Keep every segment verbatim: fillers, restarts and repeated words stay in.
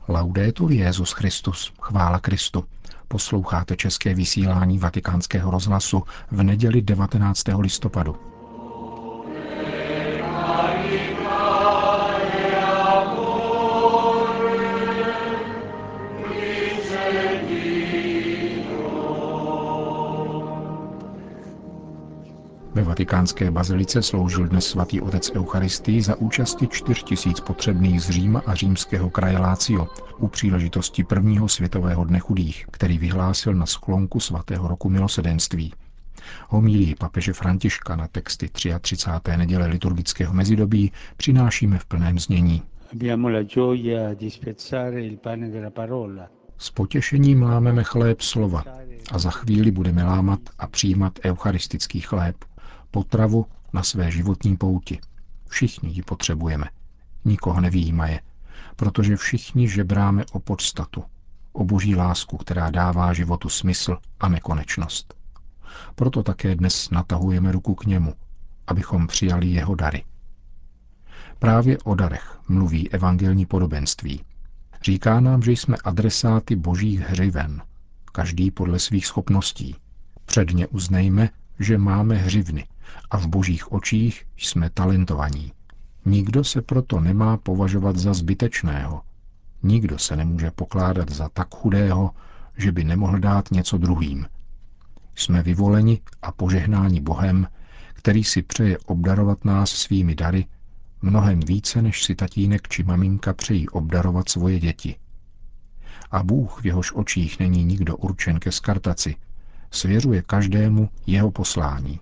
Laudetur Jesus Christus, chvála Kristu. Posloucháte české vysílání Vatikánského rozhlasu v neděli devatenáctého listopadu. Ve vatikánské bazilice sloužil dnes svatý otec Eucharistii za účasti čtyři tisíce potřebných z Říma a římského kraje Lazio u příležitosti prvního světového dne chudých, který vyhlásil na sklonku svatého roku milosedenství. Homílii papeže Františka na texty třicáté třetí neděle liturgického mezidobí přinášíme v plném znění. S potěšením lámeme chléb slova a za chvíli budeme lámat a přijímat eucharistický chléb, potravu na své životní pouti. Všichni ji potřebujeme, nikoho nevyjímaje, protože všichni žebráme o podstatu, o boží lásku, která dává životu smysl a nekonečnost. Proto také dnes natahujeme ruku k němu, abychom přijali jeho dary. Právě o darech mluví evangelní podobenství. Říká nám, že jsme adresáty božích hřiven, každý podle svých schopností. Předně uznejme, že máme hřivny a v božích očích jsme talentovaní. Nikdo se proto nemá považovat za zbytečného. Nikdo se nemůže pokládat za tak chudého, že by nemohl dát něco druhým. Jsme vyvoleni a požehnáni Bohem, který si přeje obdarovat nás svými dary mnohem více, než si tatínek či maminka přejí obdarovat svoje děti. A Bůh, v jehož očích není nikdo určen ke skartaci, svěřuje každému jeho poslání.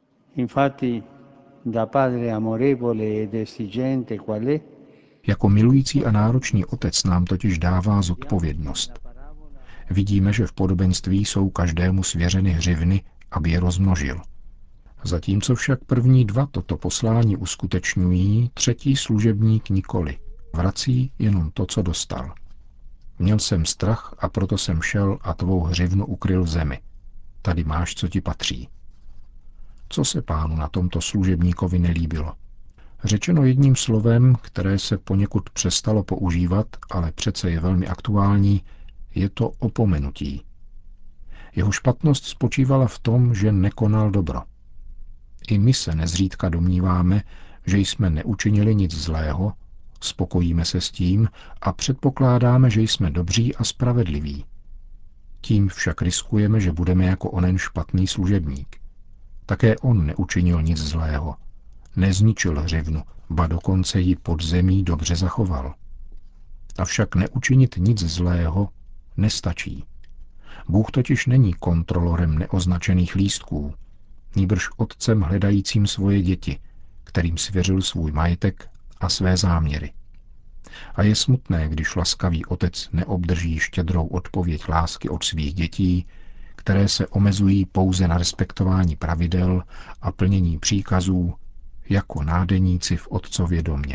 Jako milující a náročný otec nám totiž dává zodpovědnost. Vidíme, že v podobenství jsou každému svěřeny hřivny, aby je rozmnožil. Zatímco však první dva toto poslání uskutečňují, třetí služebník nikoli. Vrací jenom to, co dostal. Měl jsem strach a proto jsem šel a tvou hřivnu ukryl v zemi. Tady máš, co ti patří. Co se pánu na tomto služebníkovi nelíbilo? Řečeno jedním slovem, které se poněkud přestalo používat, ale přece je velmi aktuální, je to opomenutí. Jeho špatnost spočívala v tom, že nekonal dobro. I my se nezřídka domníváme, že jsme neučinili nic zlého, spokojíme se s tím a předpokládáme, že jsme dobří a spravedliví. Tím však riskujeme, že budeme jako onen špatný služebník. Také on neučinil nic zlého. Nezničil hřivnu, ba dokonce ji pod zemí dobře zachoval. Avšak neučinit nic zlého nestačí. Bůh totiž není kontrolorem neoznačených lístků, nýbrž otcem hledajícím svoje děti, kterým svěřil svůj majetek a své záměry. A je smutné, když laskavý otec neobdrží štědrou odpověď lásky od svých dětí, které se omezují pouze na respektování pravidel a plnění příkazů jako nádeníci v otcově domě.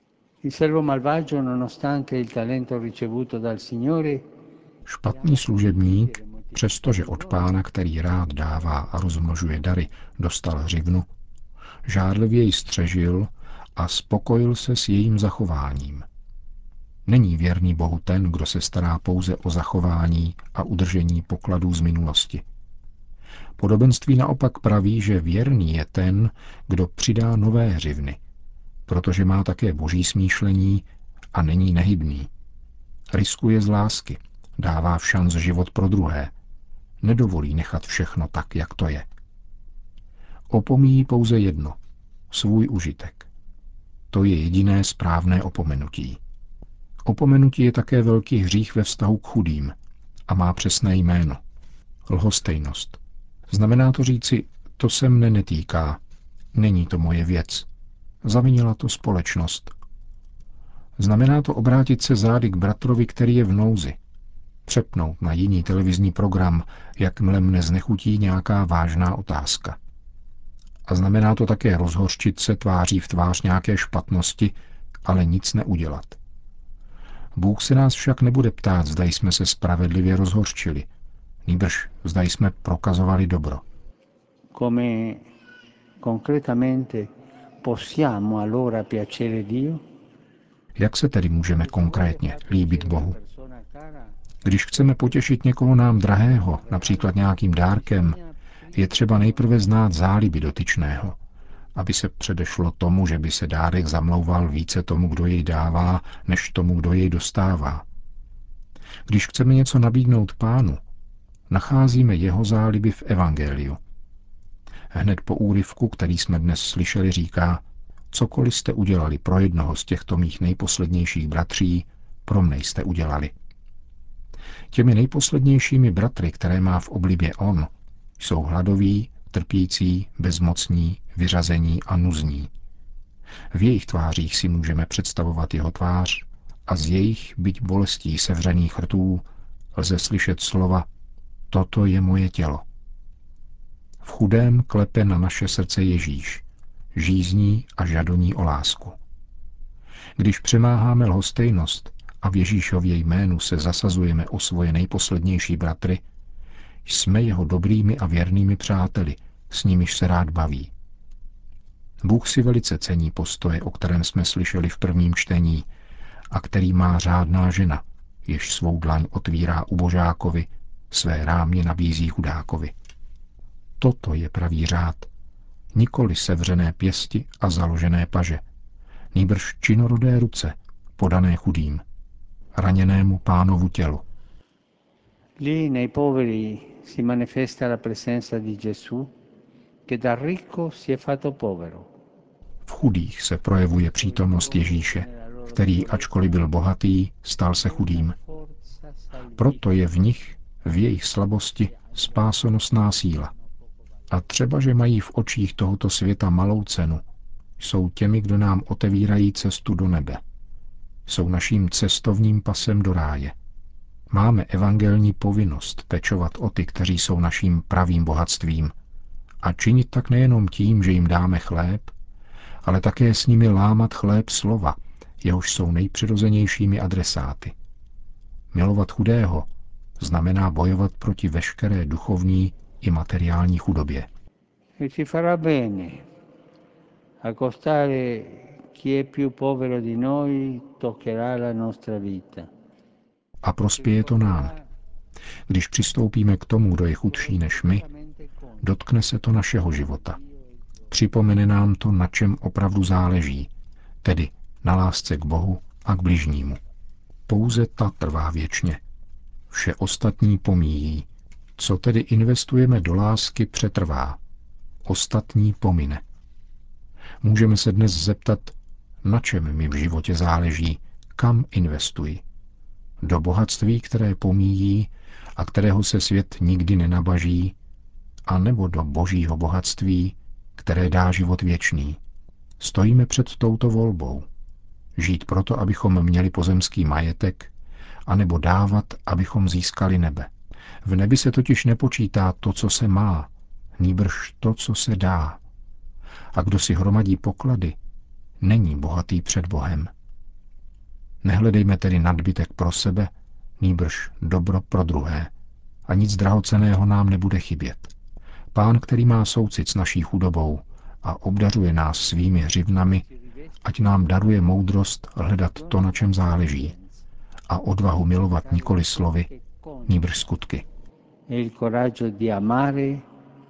Špatný služebník, přestože od Pána, který rád dává a rozmnožuje dary, dostal hřivnu, žárlivě ji střežil a spokojil se s jejím zachováním. Není věrný Bohu ten, kdo se stará pouze o zachování a udržení pokladů z minulosti. Podobenství naopak praví, že věrný je ten, kdo přidá nové hřivny, protože má také boží smýšlení a není nehybný. Riskuje z lásky, dává v šanc život pro druhé, nedovolí nechat všechno tak, jak to je. Opomíjí pouze jedno, svůj užitek. To je jediné správné opomenutí. Opomenutí je také velký hřích ve vztahu k chudým a má přesné jméno. Lhostejnost. Znamená to říci, to se mne netýká, není to moje věc. Zavinila to společnost. Znamená to obrátit se zády k bratrovi, který je v nouzi. Přepnout na jiný televizní program, jakmile mne znechutí nějaká vážná otázka. A znamená to také rozhořčit se tváří v tvář nějaké špatnosti, ale nic neudělat. Bůh se nás však nebude ptát, zda jsme se spravedlivě rozhořčili, nýbrž zda jsme prokazovali dobro. Come concretamente possiamo allora piacere Dio? Jak se tedy můžeme konkrétně líbit Bohu? Když chceme potěšit někoho nám drahého, například nějakým dárkem, je třeba nejprve znát záliby dotyčného, aby se předešlo tomu, že by se dárek zamlouval více tomu, kdo jej dává, než tomu, kdo jej dostává. Když chceme něco nabídnout Pánu, nacházíme jeho záliby v evangeliu. Hned po úryvku, který jsme dnes slyšeli, říká: cokoliv jste udělali pro jednoho z těchto mých nejposlednějších bratří, pro mne jste udělali. Těmi nejposlednějšími bratry, které má v oblibě on, jsou hladoví, trpící, bezmocní, vyřazení a nuzní. V jejich tvářích si můžeme představovat jeho tvář a z jejich, byť bolestí sevřených rtů, lze slyšet slova: toto je moje tělo. V chudém klepe na naše srdce Ježíš, žízní a žadoní o lásku. Když přemáháme lhostejnost a v Ježíšově jménu se zasazujeme o svoje nejposlednější bratry, jsme jeho dobrými a věrnými přáteli, s nimiž se rád baví. Bůh si velice cení postoje, o kterém jsme slyšeli v prvním čtení, a který má řádná žena, jež svou dlaň otvírá ubožákovi, své rámě nabízí chudákovi. Toto je pravý řád, nikoli sevřené pěsti a založené paže, nýbrž činorodé ruce, podané chudým, raněnému Pánovu tělu. Lì nei poveri si manifesta la presenza di Gesù che da ricco si è fatto povero. V chudých se projevuje přítomnost Ježíše, který, ačkoliv byl bohatý, stal se chudým. Proto je v nich, v jejich slabosti, spásonosná síla. A třeba, že mají v očích tohoto světa malou cenu, jsou těmi, kdo nám otevírají cestu do nebe. Jsou naším cestovním pasem do ráje. Máme evangelní povinnost pečovat o ty, kteří jsou naším pravým bohatstvím, a činit tak nejenom tím, že jim dáme chléb, ale také s nimi lámat chléb slova, jehož jsou nejpřirozenějšími adresáty. Milovat chudého znamená bojovat proti veškeré duchovní i materiální chudobě. E ci farà bene accostare chi è più povero di noi, toccherà la nostra vita. A prospěje to nám. Když přistoupíme k tomu, kdo je chudší než my, dotkne se to našeho života. Připomene nám to, na čem opravdu záleží, tedy na lásce k Bohu a k bližnímu. Pouze ta trvá věčně. Vše ostatní pomíjí. Co tedy investujeme do lásky, přetrvá. Ostatní pomine. Můžeme se dnes zeptat, na čem mi v životě záleží, kam investuji. Do bohatství, které pomíjí a kterého se svět nikdy nenabaží, a nebo do božího bohatství, které dá život věčný. Stojíme před touto volbou. Žít proto, abychom měli pozemský majetek, anebo dávat, abychom získali nebe. V nebi se totiž nepočítá to, co se má, nýbrž to, co se dá. A kdo si hromadí poklady, není bohatý před Bohem. Nehledejme tedy nadbytek pro sebe, nýbrž dobro pro druhé. A nic drahocenného nám nebude chybět. Pán, který má soucit s naší chudobou a obdařuje nás svými hřivnami, ať nám daruje moudrost hledat to, na čem záleží, a odvahu milovat nikoli slovy, nýbrž skutky. Il coraggio di amare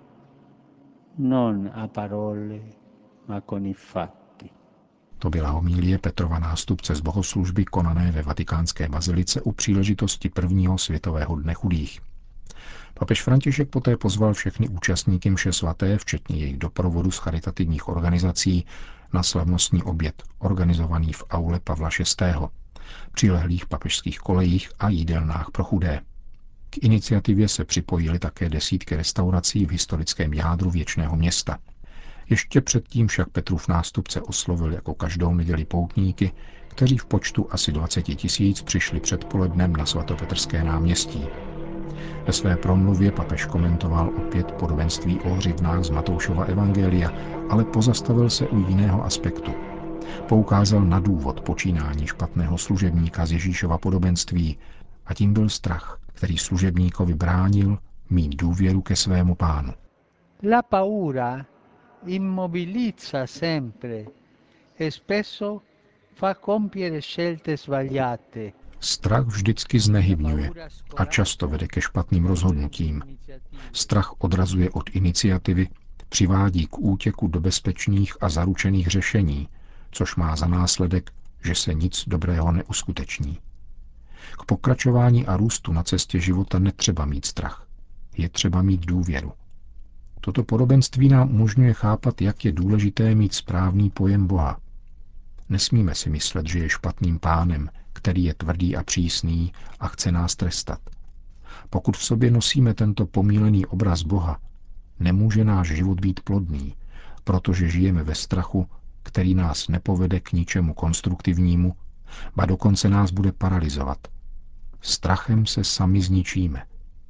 non a parole, ma con i fatti. To byla homilie Petrova nástupce z bohoslužby konané ve Vatikánské bazilice u příležitosti prvního světového dne chudých. Papež František poté pozval všechny účastníky mše svaté, včetně jejich doprovodu z charitativních organizací, na slavnostní oběd, organizovaný v aule Pavla šestého, přilehlých papežských kolejích a jídelnách pro chudé. K iniciativě se připojily také desítky restaurací v historickém jádru věčného města. Ještě předtím však Petrův nástupce oslovil jako každou neděli poutníky, kteří v počtu asi dvacet tisíc přišli předpolednem na svatopetrské náměstí. Ve své promluvě papež komentoval opět podobenství o hřivnách z Matoušova evangelia, ale pozastavil se u jiného aspektu. Poukázal na důvod počínání špatného služebníka z Ježíšova podobenství, a tím byl strach, který služebníkovi bránil mít důvěru ke svému pánu. La paura immobilizza sempre e spesso fa compiere scelte sbagliate. Strach vždycky znehybňuje a často vede ke špatným rozhodnutím. Strach odrazuje od iniciativy, přivádí k útěku do bezpečných a zaručených řešení, což má za následek, že se nic dobrého neuskuteční. K pokračování a růstu na cestě života netřeba mít strach. Je třeba mít důvěru. Toto podobenství nám umožňuje chápat, jak je důležité mít správný pojem Boha. Nesmíme si myslet, že je špatným pánem, který je tvrdý a přísný a chce nás trestat. Pokud v sobě nosíme tento pomílený obraz Boha, nemůže náš život být plodný, protože žijeme ve strachu, který nás nepovede k ničemu konstruktivnímu, ba dokonce nás bude paralyzovat. Strachem se sami zničíme.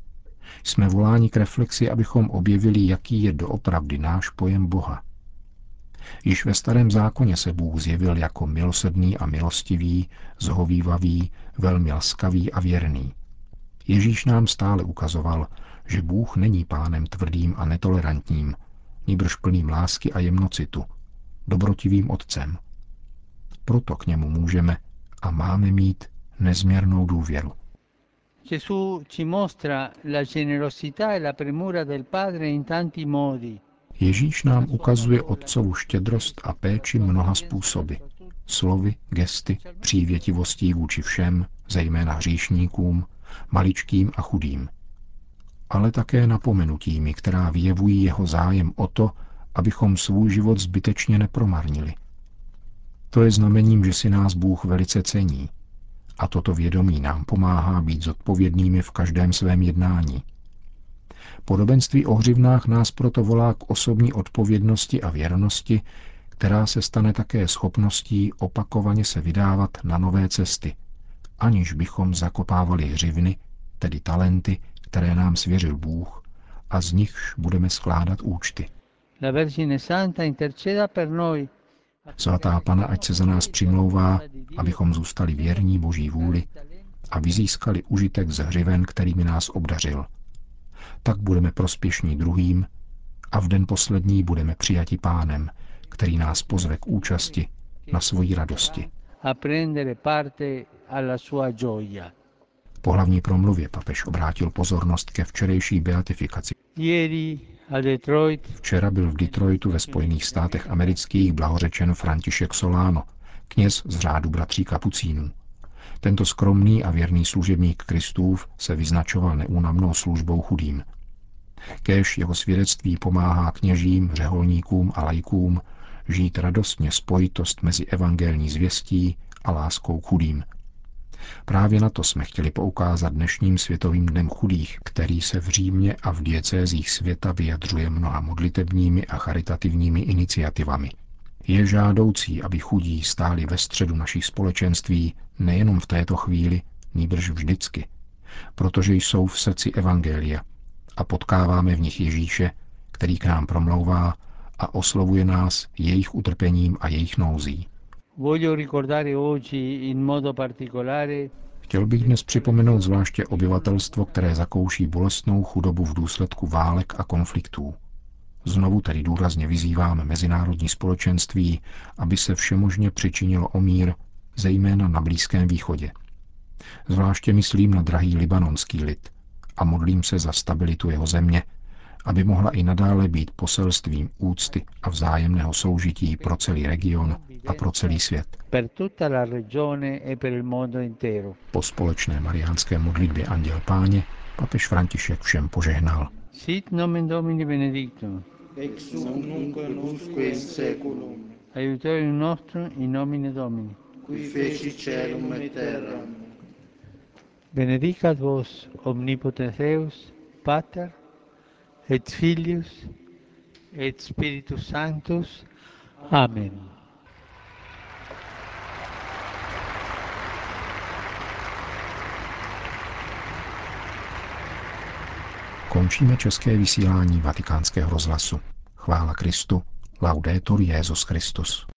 Jsme voláni k reflexi, abychom objevili, jaký je doopravdy náš pojem Boha. Již ve Starém zákoně se Bůh zjevil jako milosrdný a milostivý, zhovívavý, velmi laskavý a věrný. Ježíš nám stále ukazoval, že Bůh není pánem tvrdým a netolerantním, nýbrž plným lásky a jemnocitu, dobrotivým otcem. Proto k němu můžeme a máme mít nezměrnou důvěru. Gesù ci mostra la generosità e la premura del Padre in tanti modi. Ježíš nám ukazuje otcovu štědrost a péči mnoha způsoby. Slovy, gesty, přívětivostí vůči všem, zejména hříšníkům, maličkým a chudým. Ale také napomenutími, která vyjevují jeho zájem o to, abychom svůj život zbytečně nepromarnili. To je znamením, že si nás Bůh velice cení. A toto vědomí nám pomáhá být zodpovědnými v každém svém jednání. Podobenství o hřivnách nás proto volá k osobní odpovědnosti a věrnosti, která se stane také schopností opakovaně se vydávat na nové cesty, aniž bychom zakopávali hřivny, tedy talenty, které nám svěřil Bůh, a z nichž budeme skládat účty. La Vergine Santa interceda per noi. Svatá Panna ať se za nás přimlouvá, abychom zůstali věrní Boží vůli a vyzískali užitek ze hřiven, kterými nás obdařil. Tak budeme prospěšní druhým a v den poslední budeme přijati Pánem, který nás pozve k účasti na svoji radosti. Po hlavní promluvě papež obrátil pozornost ke včerejší beatifikaci. Včera byl v Detroitu ve Spojených státech amerických blahořečen František Solano, kněz z řádu bratří kapucínů. Tento skromný a věrný služebník Kristův se vyznačoval neúnavnou službou chudým. Kéž jeho svědectví pomáhá kněžím, řeholníkům a laikům žít radostně spojitost mezi evangelní zvěstí a láskou k chudým. Právě na to jsme chtěli poukázat dnešním Světovým dnem chudých, který se v Římě a v diecézích světa vyjadřuje mnoha modlitebními a charitativními iniciativami. Je žádoucí, aby chudí stáli ve středu našich společenství nejenom v této chvíli, nýbrž vždycky, protože jsou v srdci evangelia a potkáváme v nich Ježíše, který k nám promlouvá a oslovuje nás jejich utrpením a jejich nouzí. Chtěl bych dnes připomenout zvláště obyvatelstvo, které zakouší bolestnou chudobu v důsledku válek a konfliktů. Znovu tedy důrazně vyzýváme mezinárodní společenství, aby se všemožně přičinilo o mír, zejména na Blízkém východě. Zvláště myslím na drahý libanonský lid a modlím se za stabilitu jeho země, aby mohla i nadále být poselstvím úcty a vzájemného soužití pro celý region a pro celý svět. Po společné mariánské modlitbě Anděl Páně papež František všem požehnal. Sit nomen Domini benedictum. Ex nunc et usque in seculum. Aiutorium nostrum in nomine Domini. Qui feci caelum et terram. Benedicat vos omnipotens Deus, Pater, et Filius, et Spiritus Sanctus. Amen. Končíme české vysílání Vatikánského rozhlasu. Chvála Kristu. Laudetur Jesus Christus.